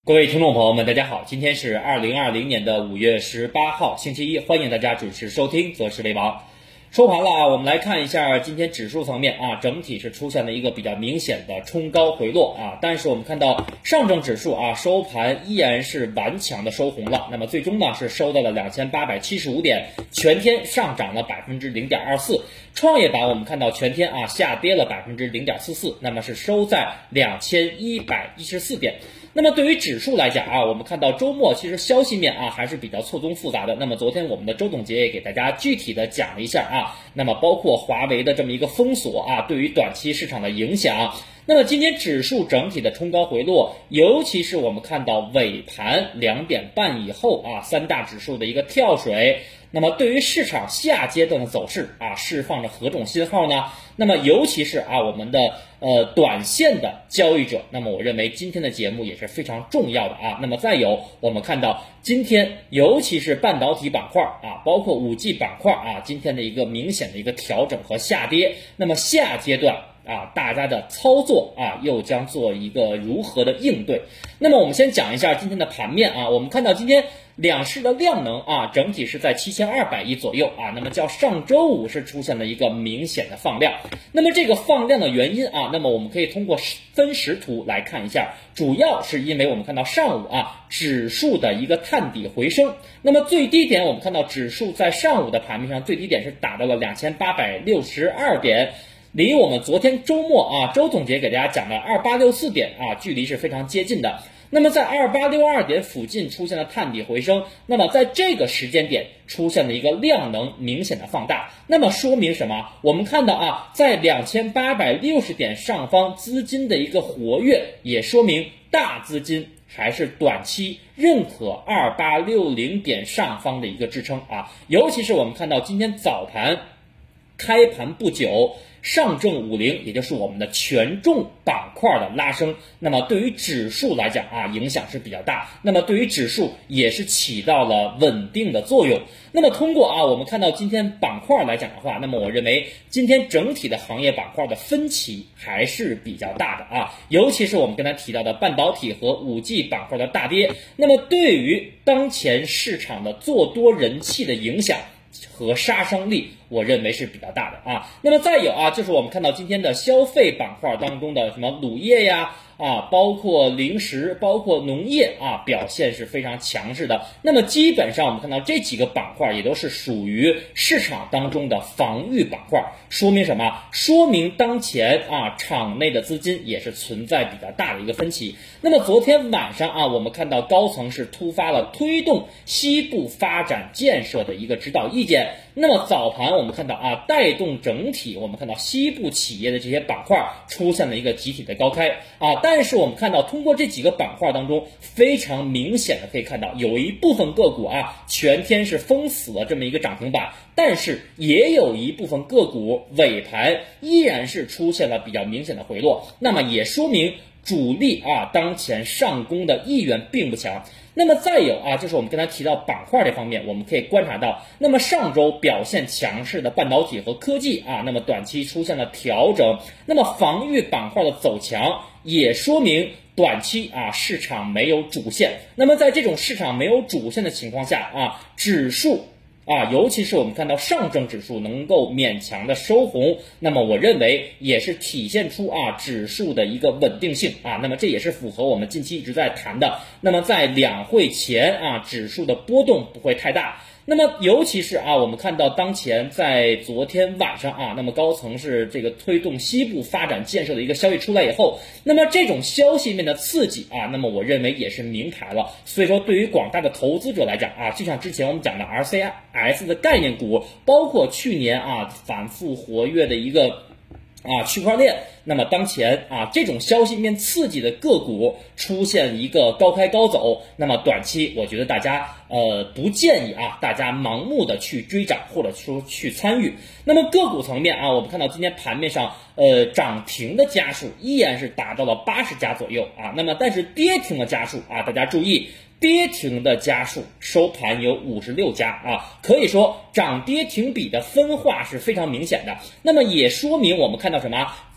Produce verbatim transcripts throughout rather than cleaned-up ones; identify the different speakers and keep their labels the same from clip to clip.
Speaker 1: 各位听众朋友们，大家好，今天是二零二零年的五月十八号，星期一，欢迎大家准时收听择时为王。收盘了啊，我们来看一下今天指数层面啊，整体是出现了一个比较明显的冲高回落啊，但是我们看到上证指数啊收盘依然是顽强的收红了，那么最终呢是收到了两千八百七十五点，全天上涨了 百分之零点二四。创业板我们看到全天啊下跌了 百分之零点四四， 那么是收在两千一百一十四点。那么对于指数来讲啊，我们看到周末其实消息面啊还是比较错综复杂的。那么昨天我们的周总结也给大家具体的讲了一下啊，那么包括华为的这么一个封锁啊，对于短期市场的影响。那么今天指数整体的冲高回落，尤其是我们看到尾盘两点半以后啊，三大指数的一个跳水。那么对于市场下阶段的走势啊，释放着何种信号呢？那么尤其是啊我们的呃短线的交易者，那么我认为今天的节目也是非常重要的啊。那么再有我们看到今天尤其是半导体板块啊，包括 五 G 板块啊，今天的一个明显的一个调整和下跌。那么下阶段啊，大家的操作啊，又将做一个如何的应对？那么我们先讲一下今天的盘面啊，我们看到今天两市的量能啊，整体是在七千二百亿左右啊，那么较上周五是出现了一个明显的放量。那么这个放量的原因啊，那么我们可以通过分时图来看一下，主要是因为我们看到上午啊，指数的一个探底回升。那么最低点我们看到指数在上午的盘面上最低点是达到了两千八百六十二点。离我们昨天周末啊，周总结给大家讲的二八六四点啊，距离是非常接近的。那么在二八六二点附近出现了探底回升，那么在这个时间点出现了一个量能明显的放大，那么说明什么？我们看到啊，在两千八百六十点上方资金的一个活跃，也说明大资金还是短期认可二八六零点上方的一个支撑啊，尤其是我们看到今天早盘开盘不久，上证五零也就是我们的权重板块的拉升，那么对于指数来讲啊，影响是比较大，那么对于指数也是起到了稳定的作用。那么通过啊我们看到今天板块来讲的话，那么我认为今天整体的行业板块的分歧还是比较大的啊，尤其是我们刚才提到的半导体和 五 G 板块的大跌，那么对于当前市场的做多人气的影响和杀伤力，我认为是比较大的啊。那么再有啊，就是我们看到今天的消费板块当中的什么乳业呀啊，包括零食，包括农业啊，表现是非常强势的。那么基本上我们看到这几个板块也都是属于市场当中的防御板块，说明什么？说明当前啊场内的资金也是存在比较大的一个分歧。那么昨天晚上啊，我们看到高层是突发了推动西部发展建设的一个指导意见。那么早盘我们看到啊，带动整体我们看到西部企业的这些板块出现了一个集体的高开啊，但是我们看到通过这几个板块当中，非常明显的可以看到有一部分个股啊全天是封死了这么一个涨停板，但是也有一部分个股尾盘依然是出现了比较明显的回落，那么也说明主力啊当前上攻的意愿并不强。那么再有啊，就是我们刚才提到板块这方面，我们可以观察到，那么上周表现强势的半导体和科技啊，那么短期出现了调整，那么防御板块的走强也说明短期啊市场没有主线。那么在这种市场没有主线的情况下啊，指数啊，尤其是我们看到上证指数能够勉强的收红，那么我认为也是体现出啊指数的一个稳定性啊，那么这也是符合我们近期一直在谈的。那么在两会前啊，指数的波动不会太大。那么尤其是啊，我们看到当前在昨天晚上啊，那么高层是这个推动西部发展建设的一个消息出来以后，那么这种消息面的刺激啊，那么我认为也是明牌了。所以说对于广大的投资者来讲啊，就像之前我们讲的 R C S 的概念股，包括去年啊反复活跃的一个啊区块链，那么当前啊这种消息面刺激的个股出现一个高开高走，那么短期我觉得大家呃不建议啊大家盲目的去追涨或者说去参与。那么个股层面啊，我们看到今天盘面上呃涨停的家数依然是达到了八十家左右啊，那么但是跌停的家数啊，大家注意，跌停的家数收盘有五十六家啊，可以说涨跌停比的分化是非常明显的。那么也说明我们看到什么？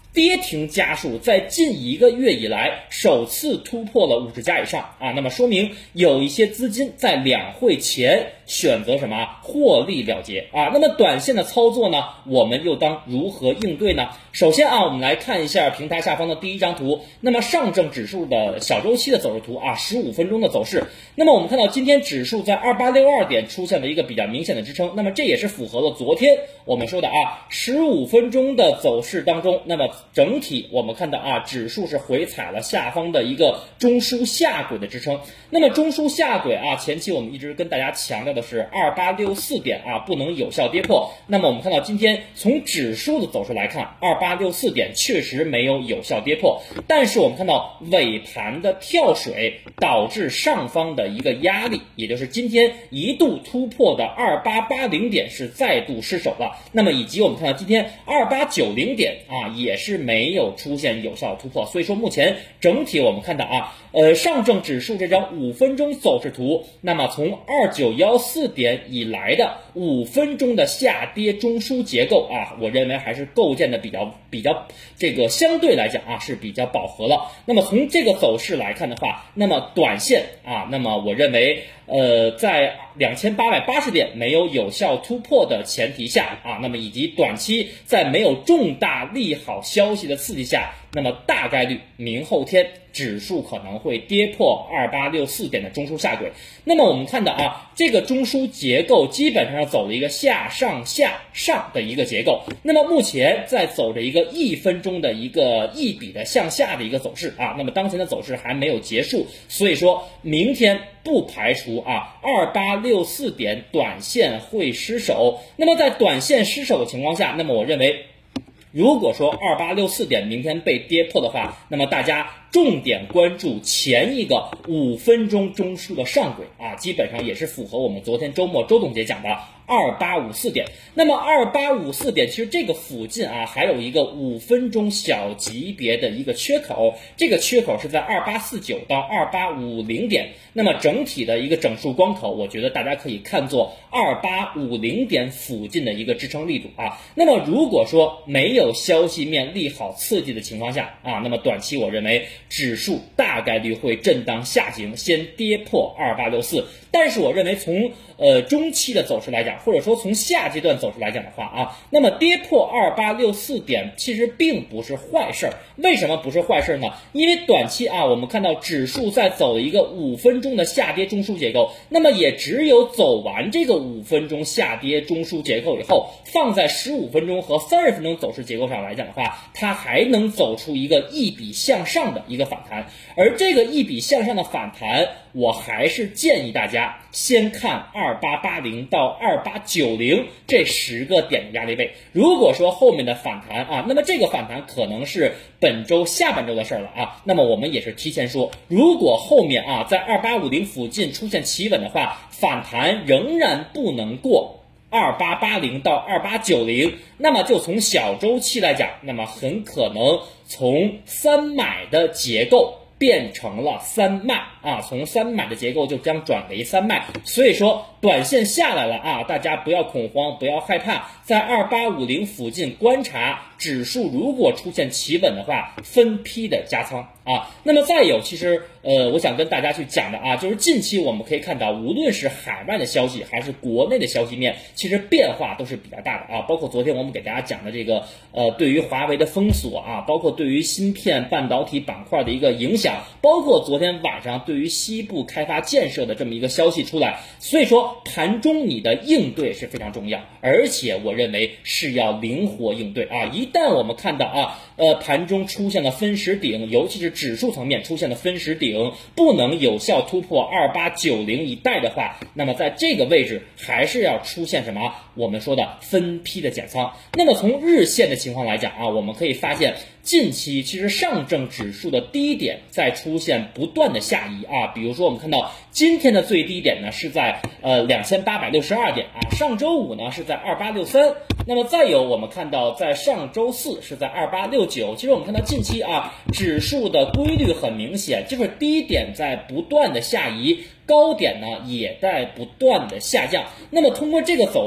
Speaker 1: 跌停家数在近一个月以来首次突破了五十家以上啊，那么说明有一些资金在两会前选择什么获利了结啊。那么短线的操作呢，我们又当如何应对呢？首先啊，我们来看一下平台下方的第一张图，那么上证指数的小周期的走势图啊，十五分钟的走势。那么我们看到今天指数在二八六二点出现了一个比较明显的支撑，那么这也是符合了昨天我们说的啊十五分钟的走势当中，那么整体我们看到啊，指数是回踩了下方的一个中枢下轨的支撑。那么中枢下轨啊，前期我们一直跟大家强调的是二八六四点啊，不能有效跌破。那么我们看到今天从指数的走势来看，二八六四点确实没有有效跌破，但是我们看到尾盘的跳水导致上方的一个压力，也就是今天一度突破的二八八零点是再度失守了。那么以及我们看到今天二八九零点啊，也是没有出现有效突破。所以说目前整体我们看到啊，呃，上证指数这张五分钟走势图，那么从二九一四点以来的五分钟的下跌中枢结构啊，我认为还是构建的比较比较这个相对来讲啊是比较饱和了。那么从这个走势来看的话，那么短线啊，那么我认为呃在两千八百八十点没有有效突破的前提下啊，那么以及短期在没有重大利好消息的刺激下，那么大概率明后天指数可能会跌破二八六四点的中枢下轨。那么我们看到啊，这个中枢结构基本上走了一个下上下上的一个结构，那么目前在走着一个一分钟的一个一笔的向下的一个走势啊，那么当前的走势还没有结束，所以说明天不排除啊二八六四点短线会失守。那么在短线失守的情况下，那么我认为如果说二八六四点明天被跌破的话，那么大家重点关注前一个五分钟中枢的上轨啊，基本上也是符合我们昨天周末周总结讲的二八五四点。那么二八五四点其实这个附近啊还有一个五分钟小级别的一个缺口，这个缺口是在二八四九到二八五零点。那么整体的一个整数关口，我觉得大家可以看作二八五零点附近的一个支撑力度啊。那么如果说没有消息面利好刺激的情况下啊，那么短期我认为指数大概率会震荡下行，先跌破二八六四。但是我认为从呃中期的走势来讲，或者说从下阶段走势来讲的话啊，那么跌破二八六四点其实并不是坏事儿。为什么不是坏事呢？因为短期啊，我们看到指数在走一个五分钟的下跌中枢结构，那么也只有走完这个五分钟下跌中枢结构以后，放在十五分钟和三十分钟走势结构上来讲的话，它还能走出一个一笔向上的一个反弹。而这个一笔向上的反弹，我还是建议大家先看二八八零到二八九零这十个点的压力位。如果说后面的反弹啊，那么这个反弹可能是本周下半周的事了啊。那么我们也是提前说，如果后面啊在二八五零附近出现企稳的话，反弹仍然不能过二八八零到二八九零，那么就从小周期来讲，那么很可能从三买的结构变成了三卖啊，从三买的结构就将转为三卖。所以说短线下来了啊，大家不要恐慌，不要害怕，在二八五零附近观察，指数如果出现企稳的话，分批的加仓啊。那么再有，其实呃，我想跟大家去讲的啊，就是近期我们可以看到，无论是海外的消息还是国内的消息面，其实变化都是比较大的啊。包括昨天我们给大家讲的这个呃，对于华为的封锁啊，包括对于芯片半导体板块的一个影响，包括昨天晚上对于西部开发建设的这么一个消息出来。所以说盘中你的应对是非常重要，而且我认为是要灵活应对啊。一旦我们看到啊，呃，盘中出现了分时顶，尤其是指数层面出现了分时顶，不能有效突破二八九零一带的话，那么在这个位置还是要出现什么？我们说的分批的减仓。那么从日线的情况来讲啊，我们可以发现近期其实上证指数的低点在出现不断的下移啊，比如说我们看到今天的最低点呢是在呃两千八百六十二点啊，上周五呢是在二八六三，那么再有我们看到在上周四是在二八六九。其实我们看到近期啊，指数的规律很明显，就是低点在不断的下移，高点呢也在不断的下降。那么通过这个走势来看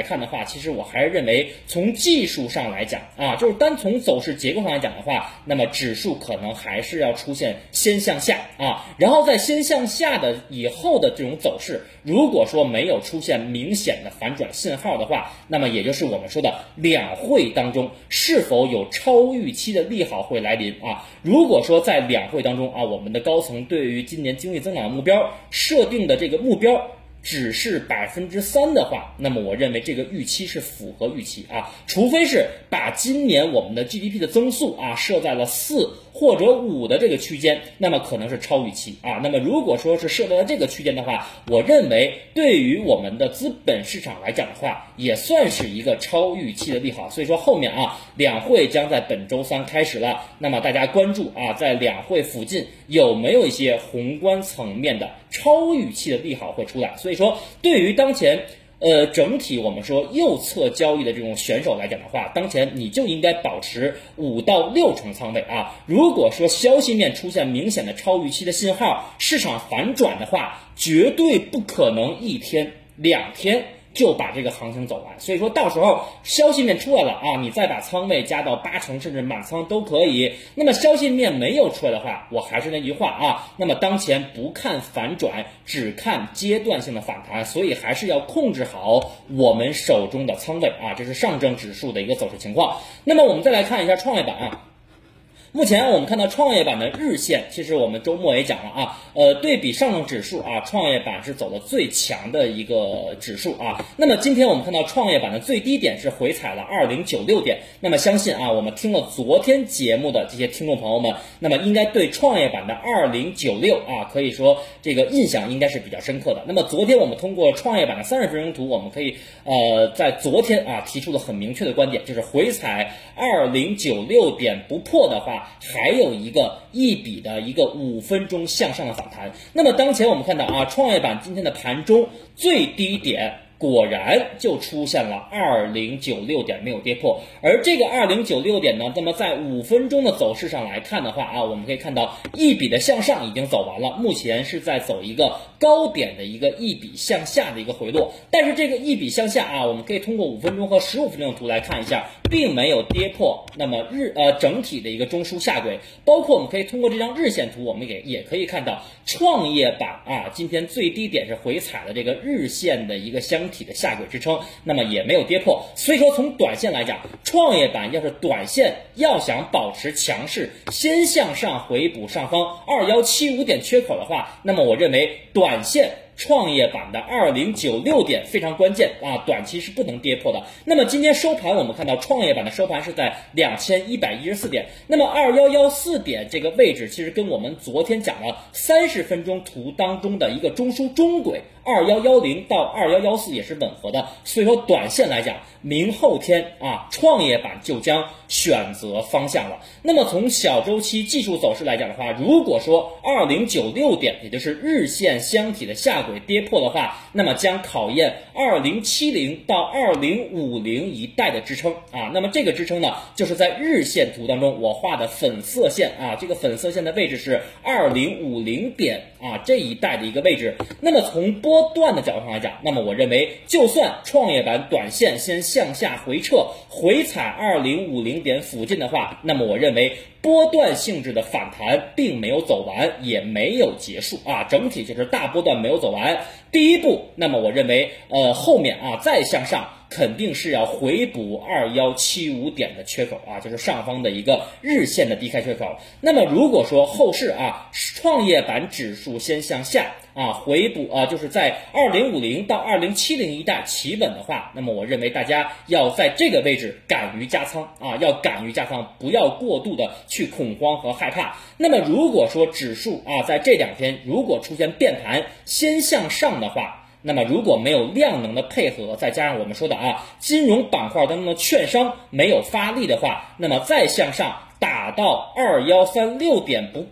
Speaker 1: 看的话，其实我还是认为从技术上来讲啊，就是单从走势结构上来讲的话，那么指数可能还是要出现先向下啊，然后在先向下的以后的这种走势，如果说没有出现明显的反转信号的话，那么也就是我们说的两会当中是否有超预期的利好会来临啊。如果说在两会当中啊，我们的高层对于今年经济增长的目标设定的这个目标只是百分之三的话，那么我认为这个预期是符合预期啊，除非是把今年我们的 G D P 的增速啊设在了四或者五的这个区间，那么可能是超预期啊。那么如果说是设在了这个区间的话，我认为对于我们的资本市场来讲的话，也算是一个超预期的利好。所以说后面啊，两会将在本周三开始了，那么大家关注啊，在两会附近有没有一些宏观层面的超预期的利好会出来。所以说对于当前呃，整体我们说右侧交易的这种选手来讲的话，当前你就应该保持五到六成仓位啊。如果说消息面出现明显的超预期的信号，市场反转的话，绝对不可能一天两天就把这个行情走完。所以说到时候消息面出来了啊，你再把仓位加到八成甚至满仓都可以。那么消息面没有出来的话，我还是那句话啊，那么当前不看反转，只看阶段性的反弹，所以还是要控制好我们手中的仓位啊，这是上证指数的一个走势情况。那么我们再来看一下创业板啊。目前我们看到创业板的日线，其实我们周末也讲了啊，呃，对比上证指数啊，创业板是走的最强的一个指数啊。那么今天我们看到创业板的最低点是回踩了二零九六点，那么相信啊，我们听了昨天节目的这些听众朋友们，那么应该对创业板的二零九六啊，可以说这个印象应该是比较深刻的。那么昨天我们通过创业板的三十分钟图，我们可以呃在昨天啊提出了很明确的观点，就是回踩二零九六点不破的话，还有一个一笔的一个五分钟向上的反弹。那么当前我们看到啊，创业板今天的盘中最低点果然就出现了二零九六点没有跌破，而这个二零九六点呢，那么在五分钟的走势上来看的话啊，我们可以看到一笔的向上已经走完了，目前是在走一个高点的一个一笔向下的一个回落，但是这个一笔向下啊，我们可以通过五分钟和十五分钟的图来看一下，并没有跌破那么日呃整体的一个中枢下轨，包括我们可以通过这张日线图，我们也也可以看到创业板啊，今天最低点是回踩了这个日线的一个箱体的下轨支撑，那么也没有跌破。所以说从短线来讲，创业板要是短线要想保持强势，先向上回补上方二一七五点缺口的话，那么我认为短线创业板的二零九六点非常关键啊，短期是不能跌破的。那么今天收盘我们看到创业板的收盘是在两千一百一十四点，那么二一一四点这个位置其实跟我们昨天讲了三十分钟图当中的一个中枢中轨二一一零到二一一四也是吻合的。所以说短线来讲，明后天啊，创业板就将选择方向了。那么从小周期技术走势来讲的话，如果说二零九六点也就是日线箱体的下轨跌破的话，那么将考验二零七零到二零五零一带的支撑啊。那么这个支撑呢，就是在日线图当中我画的粉色线啊，这个粉色线的位置是二零五零点啊这一带的一个位置。那么从波段的角度上来讲，那么我认为就算创业板短线先向下回撤，回踩二零五零点附近的话，那么我认为波段性质的反弹并没有走完，也没有结束啊，整体就是大波段没有走完。第一步，那么我认为呃后面啊再向上肯定是要回补二一七五点的缺口啊，就是上方的一个日线的低开缺口。那么如果说后市啊创业板指数先向下啊回补啊，就是在二零五零到二零七零一带企稳的话，那么我认为大家要在这个位置敢于加仓啊，要敢于加仓，不要过度的去恐慌和害怕。那么如果说指数啊在这两天如果出现变盘先向上的话，那么如果没有量能的配合，再加上我们说的啊金融板块当中的券商没有发力的话，那么再向上打到二一三六点不过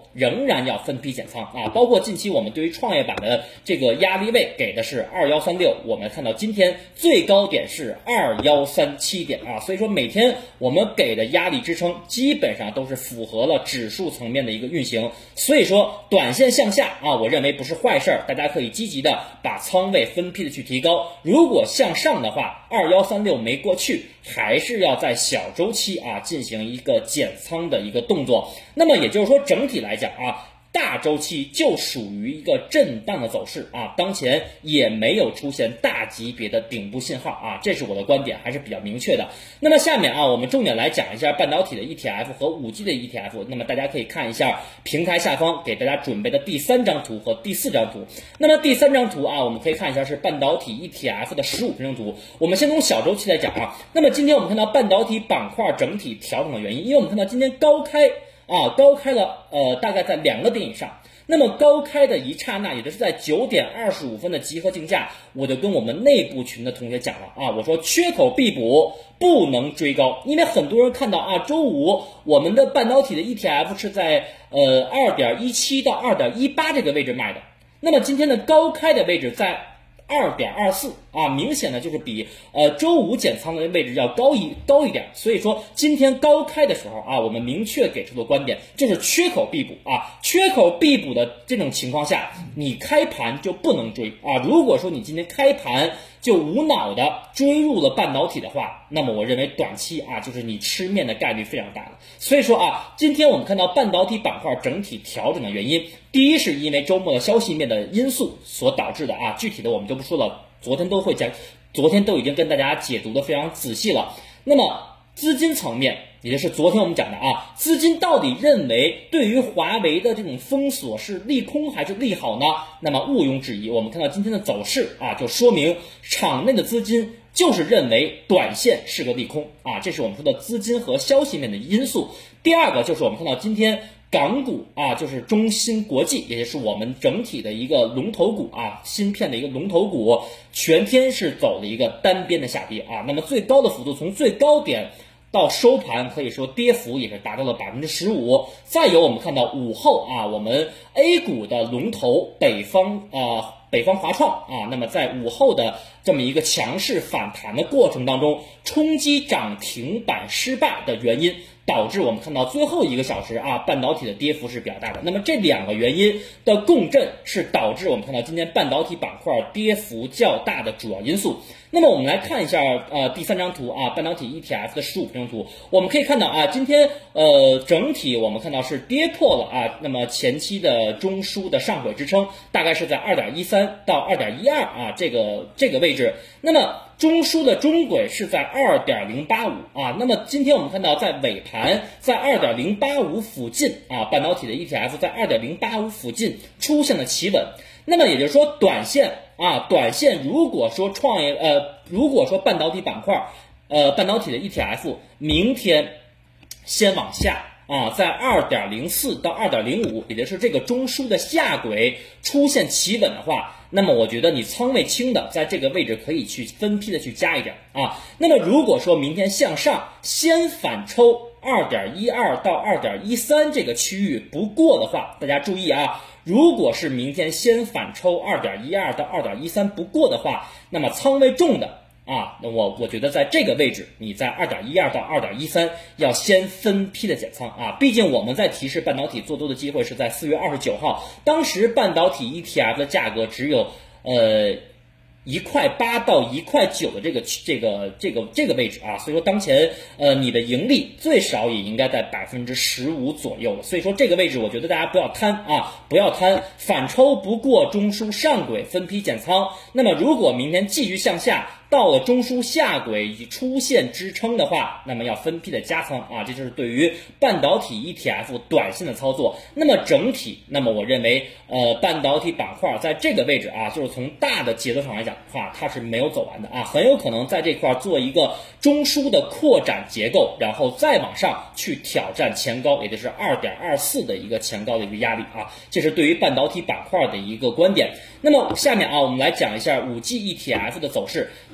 Speaker 1: 仍然要分批减仓啊。包括近期我们对于创业板的这个压力位给的是二一三六，我们看到今天最高点是二一三七点啊，所以说每天我们给的压力支撑基本上都是符合了指数层面的一个运行，所以说短线向下啊，我认为不是坏事儿，大家可以积极的把仓位分批的去提高。如果向上的话，二一三六没过去，还是要在小周期啊进行一个减仓的一个动作。那么也就是说，整体来讲啊，大周期就属于一个震荡的走势啊，当前也没有出现大级别的顶部信号啊，这是我的观点，还是比较明确的。那么下面啊，我们重点来讲一下半导体的 E T F 和 五 G 的 E T F。那么大家可以看一下平台下方给大家准备的第三张图和第四张图。那么第三张图啊，我们可以看一下是半导体 E T F 的十五分钟图。我们先从小周期来讲啊，那么今天我们看到半导体板块整体调整的原因，因为我们看到今天高开啊，高开了呃，大概在两个点以上。那么高开的一刹那，也就是在九点二十五分的集合竞价，我就跟我们内部群的同学讲了啊，我说缺口必补，不能追高，因为很多人看到啊，周五我们的半导体的 E T F 是在呃 二点一七 到 二点一八 这个位置卖的，那么今天的高开的位置在二点二四 啊，明显的就是比呃周五减仓的位置要高一高一点，所以说今天高开的时候啊，我们明确给出的观点就是缺口必补啊，缺口必补的这种情况下，你开盘就不能追啊。如果说你今天开盘就无脑的追入了半导体的话，那么我认为短期啊，就是你吃面的概率非常大的。所以说啊，今天我们看到半导体板块整体调整的原因，第一是因为周末的消息面的因素所导致的啊，具体的我们就不说了，昨天都会讲，昨天都已经跟大家解读的非常仔细了。那么资金层面，也就是昨天我们讲的啊，资金到底认为对于华为的这种封锁是利空还是利好呢？那么毋庸置疑，我们看到今天的走势啊，就说明场内的资金就是认为短线是个利空啊，这是我们说的资金和消息面的因素。第二个就是我们看到今天港股啊，就是中芯国际，也就是我们整体的一个龙头股啊，芯片的一个龙头股，全天是走了一个单边的下跌啊。那么最高的幅度从最高点到收盘，可以说跌幅也是达到了 百分之十五。 再有我们看到午后啊，我们 A 股的龙头北方呃北方华创啊，那么在午后的这么一个强势反弹的过程当中，冲击涨停板失败的原因，导致我们看到最后一个小时啊，半导体的跌幅是比较大的。那么这两个原因的共振是导致我们看到今天半导体板块跌幅较大的主要因素。那么我们来看一下呃第三张图啊，半导体 E T F 的十五分钟图，我们可以看到啊，今天呃整体我们看到是跌破了啊，那么前期的中枢的上轨支撑大概是在 二点一三 到 二点一二 啊这个这个位置。那么中枢的中轨是在 二点零八五 啊，那么今天我们看到在尾盘在 二点零八五 附近啊，半导体的 E T F 在 二点零八五 附近出现了企稳。那么也就是说短线啊，短线如果说创业呃，如果说半导体板块呃半导体的 E T F 明天先往下啊，在 二点零四 到 二点零五， 也就是这个中枢的下轨出现企稳的话，那么我觉得你仓位轻的在这个位置可以去分批的去加一点啊。那么如果说明天向上先反抽 二点一二 到 二点一三 这个区域不过的话，大家注意啊，如果是明天先反抽 二点一二 到 二点一三 不过的话，那么仓位重的啊，那我我觉得在这个位置，你在 二点一二 到 二点一三 要先分批的减仓啊，毕竟我们在提示半导体做多的机会是在四月二十九号，当时半导体 E T F 的价格只有呃一块八到一块九的这个这个这个这个位置啊，所以说当前呃你的盈利最少也应该在百分之十五左右了，所以说这个位置我觉得大家不要贪啊，不要贪，反抽不过中枢上轨分批减仓。那么如果明天继续向下，到了中枢下轨已出现支撑的话，那么要分批的加仓啊，这就是对于半导体 E T F 短线的操作。那么整体，那么我认为呃半导体板块在这个位置啊，就是从大的节奏上来讲的话，它是没有走完的啊，很有可能在这块做一个中枢的扩展结构，然后再往上去挑战前高，也就是 二点二四 的一个前高的一个压力啊，这是对于半导体板块的一个观点。那么下面啊，我们来讲一下 五 G E T F 的走势。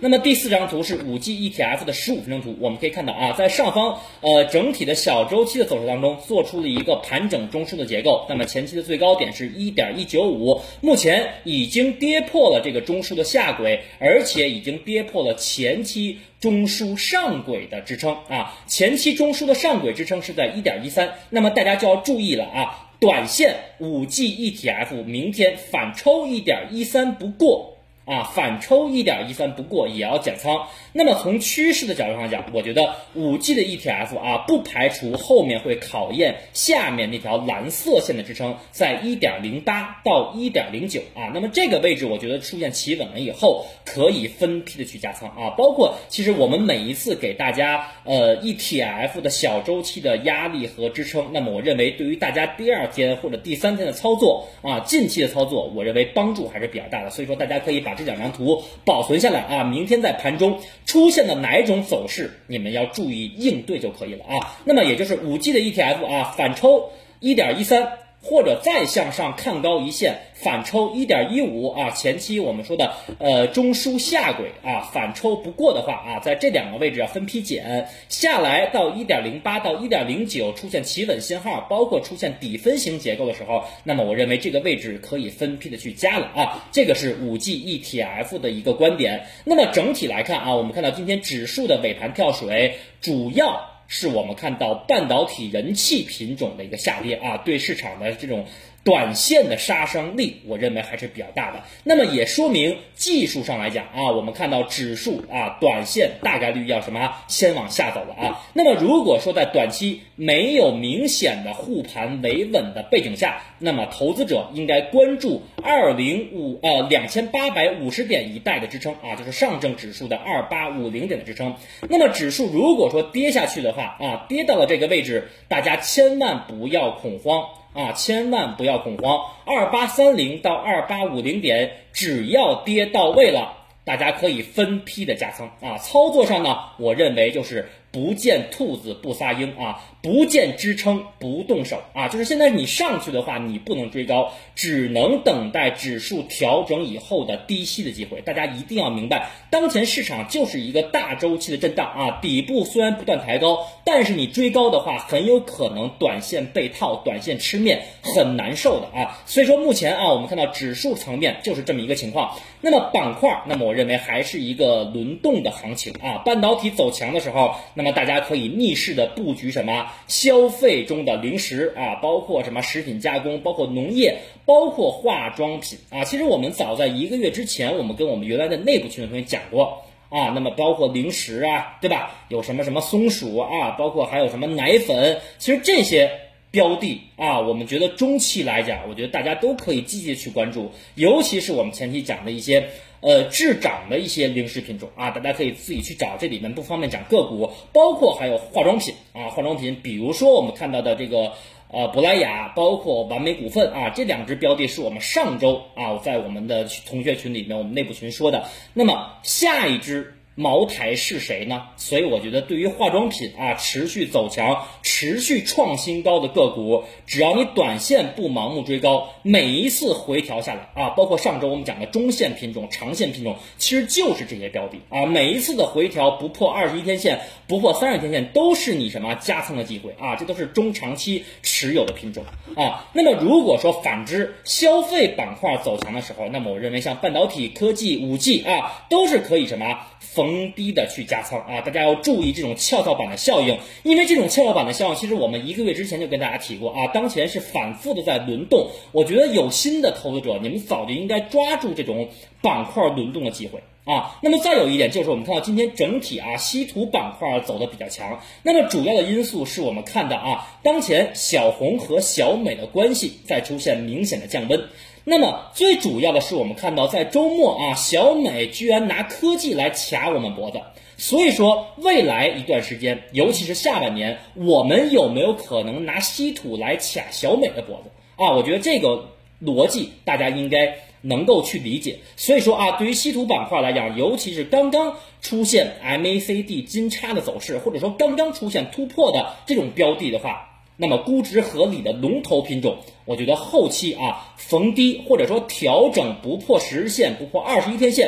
Speaker 1: 那么第四张图是五 G E T F 的十五分钟图，我们可以看到啊，在上方呃整体的小周期的走势当中，做出了一个盘整中枢的结构。那么前期的最高点是 一点一九五， 目前已经跌破了这个中枢的下轨，而且已经跌破了前期中枢上轨的支撑啊，前期中枢的上轨支撑是在 一点一三， 那么大家就要注意了啊，短线五 G E T F 明天反抽 一点一三 不过啊，反抽 一点一三 不过也要减仓。那么从趋势的角度上讲，我觉得 五 G 的 E T F 啊，不排除后面会考验下面那条蓝色线的支撑，在 一点零八 到 一点零九 啊。那么这个位置我觉得出现企稳了以后，可以分批的去加仓啊。包括其实我们每一次给大家呃 E T F 的小周期的压力和支撑，那么我认为对于大家第二天或者第三天的操作啊，近期的操作，我认为帮助还是比较大的。所以说大家可以把这两张图保存下来啊，明天在盘中出现的哪一种走势，你们要注意应对就可以了啊。那么也就是 五 G 的 E T F 啊，反抽 一点一三，或者再向上看高一线，反抽 一点一五 啊，前期我们说的呃中枢下轨啊，反抽不过的话啊，在这两个位置要分批减下来，到 一点零八 到 一点零九 出现企稳信号，包括出现底分型结构的时候，那么我认为这个位置可以分批的去加了啊，这个是 五 G E T F 的一个观点。那么整体来看啊，我们看到今天指数的尾盘跳水，主要是我们看到半导体人气品种的一个下跌啊，对市场的这种短线的杀伤力，我认为还是比较大的。那么也说明技术上来讲啊，我们看到指数啊，短线大概率要什么先往下走了啊。那么如果说在短期没有明显的护盘维稳的背景下，那么投资者应该关注二零五呃两千八百五十点一带的支撑啊，就是上证指数的二八五零点的支撑。那么指数如果说跌下去的话啊，跌到了这个位置，大家千万不要恐慌啊，千万不要恐慌，二八三零到二八五零点，只要跌到位了，大家可以分批的加仓啊。操作上呢，我认为就是不见兔子不撒鹰啊，不见支撑不动手啊，就是现在你上去的话，你不能追高，只能等待指数调整以后的低吸的机会。大家一定要明白，当前市场就是一个大周期的震荡啊，底部虽然不断抬高，但是你追高的话，很有可能短线被套，短线吃面，很难受的啊。所以说目前啊，我们看到指数层面就是这么一个情况。那么板块，那么我认为还是一个轮动的行情啊。半导体走强的时候，那么大家可以逆势的布局什么消费中的零食啊，包括什么食品加工，包括农业，包括化妆品啊。其实我们早在一个月之前，我们跟我们原来的内部群的同学讲过啊，那么包括零食啊，对吧？有什么什么松鼠啊，包括还有什么奶粉，其实这些标的啊，我们觉得中期来讲，我觉得大家都可以积极的去关注，尤其是我们前期讲的一些呃滞涨的一些零食品种啊，大家可以自己去找，这里面不方便讲个股，包括还有化妆品啊，化妆品，比如说我们看到的这个呃珀莱雅，包括完美股份啊，这两只标的是我们上周啊在我们的同学群里面，我们内部群说的。那么下一只茅台是谁呢？所以我觉得对于化妆品啊持续走强、持续创新高的个股，只要你短线不盲目追高，每一次回调下来啊，包括上周我们讲的中线品种、长线品种，其实就是这些标的啊，每一次的回调不破二十一天线、不破三十天线，都是你什么加仓的机会啊，这都是中长期持有的品种啊。那么如果说反之，消费板块走强的时候，那么我认为像半导体、科技、五 G 啊，都是可以什么逢低的去加仓啊，大家要注意这种跷跷板的效应，因为这种跷跷板的效应，其实我们一个月之前就跟大家提过啊，当前是反复的在轮动，我觉得有新的投资者，你们早就应该抓住这种板块轮动的机会啊。那么再有一点就是我们看到今天整体啊稀土板块走的比较强，那么主要的因素是我们看到啊，当前小红和小美的关系在出现明显的降温。那么最主要的是我们看到在周末啊，小美居然拿科技来卡我们脖子，所以说未来一段时间，尤其是下半年，我们有没有可能拿稀土来卡小美的脖子啊？我觉得这个逻辑大家应该能够去理解。所以说啊，对于稀土板块来讲，尤其是刚刚出现 M A C D 金叉的走势，或者说刚刚出现突破的这种标的的话，那么估值合理的龙头品种，我觉得后期啊逢低或者说调整不破十日线、不破二十一天线，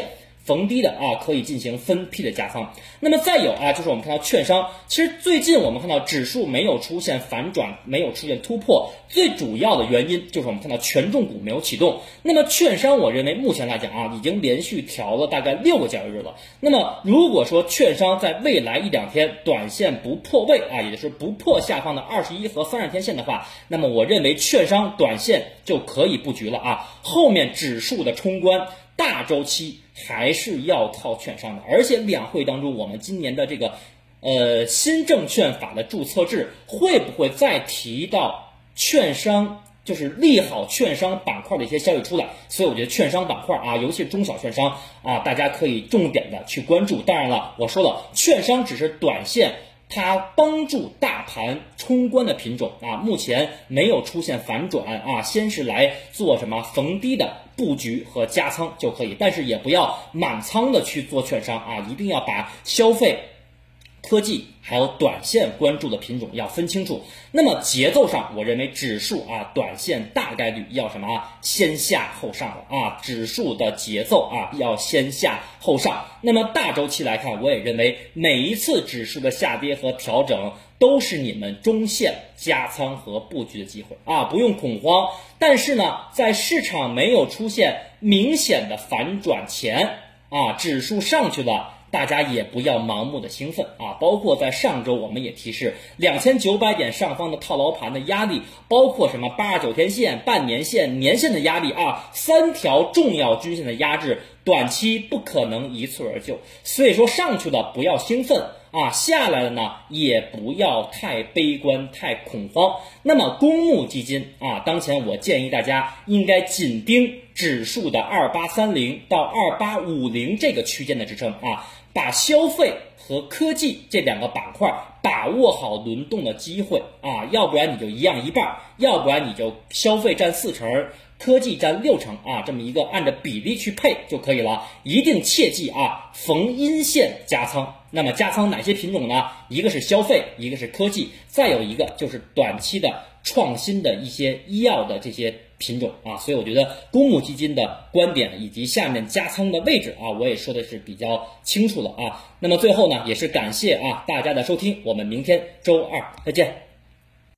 Speaker 1: 逢低的啊，可以进行分批的加仓。那么再有啊，就是我们看到券商，其实最近我们看到指数没有出现反转，没有出现突破，最主要的原因就是我们看到权重股没有启动。那么券商，我认为目前来讲啊，已经连续调了大概六个交易日了。那么如果说券商在未来一两天短线不破位啊，也就是不破下方的二十一和三十天线的话，那么我认为券商短线就可以布局了啊。后面指数的冲关大周期还是要靠券商的，而且两会当中，我们今年的这个呃新证券法的注册制会不会再提到券商，就是利好券商板块的一些消息出来？所以我觉得券商板块啊，尤其是中小券商啊，大家可以重点的去关注。当然了，我说了，券商只是短线它帮助大盘冲关的品种啊，目前没有出现反转啊，先是来做什么逢低的布局和加仓就可以，但是也不要满仓的去做券商啊，一定要把消费、科技还有短线关注的品种要分清楚。那么节奏上，我认为指数啊，短线大概率要什么啊，先下后上了啊，指数的节奏啊要先下后上。那么大周期来看，我也认为每一次指数的下跌和调整都是你们中线加仓和布局的机会啊，不用恐慌。但是呢，在市场没有出现明显的反转前啊，指数上去了，大家也不要盲目的兴奋啊！包括在上周我们也提示两千九百点上方的套牢盘的压力，包括什么八十九天线、半年线、年线的压力啊，三条重要均线的压制，短期不可能一蹴而就。所以说上去了不要兴奋啊，下来了呢也不要太悲观、太恐慌。那么公募基金啊，当前我建议大家应该紧盯指数的二八三零到二八五零这个区间的支撑啊，把消费和科技这两个板块把握好轮动的机会啊，要不然你就一样一半，要不然你就消费占四成，科技占六成啊，这么一个按照比例去配就可以了。一定切记啊，逢阴线加仓。那么加仓哪些品种呢？一个是消费，一个是科技，再有一个就是短期的创新的一些医药的这些品种啊。所以我觉得公募基金的观点以及下面加仓的位置啊，我也说的是比较清楚了啊。那么最后呢，也是感谢啊大家的收听，我们明天周二再见。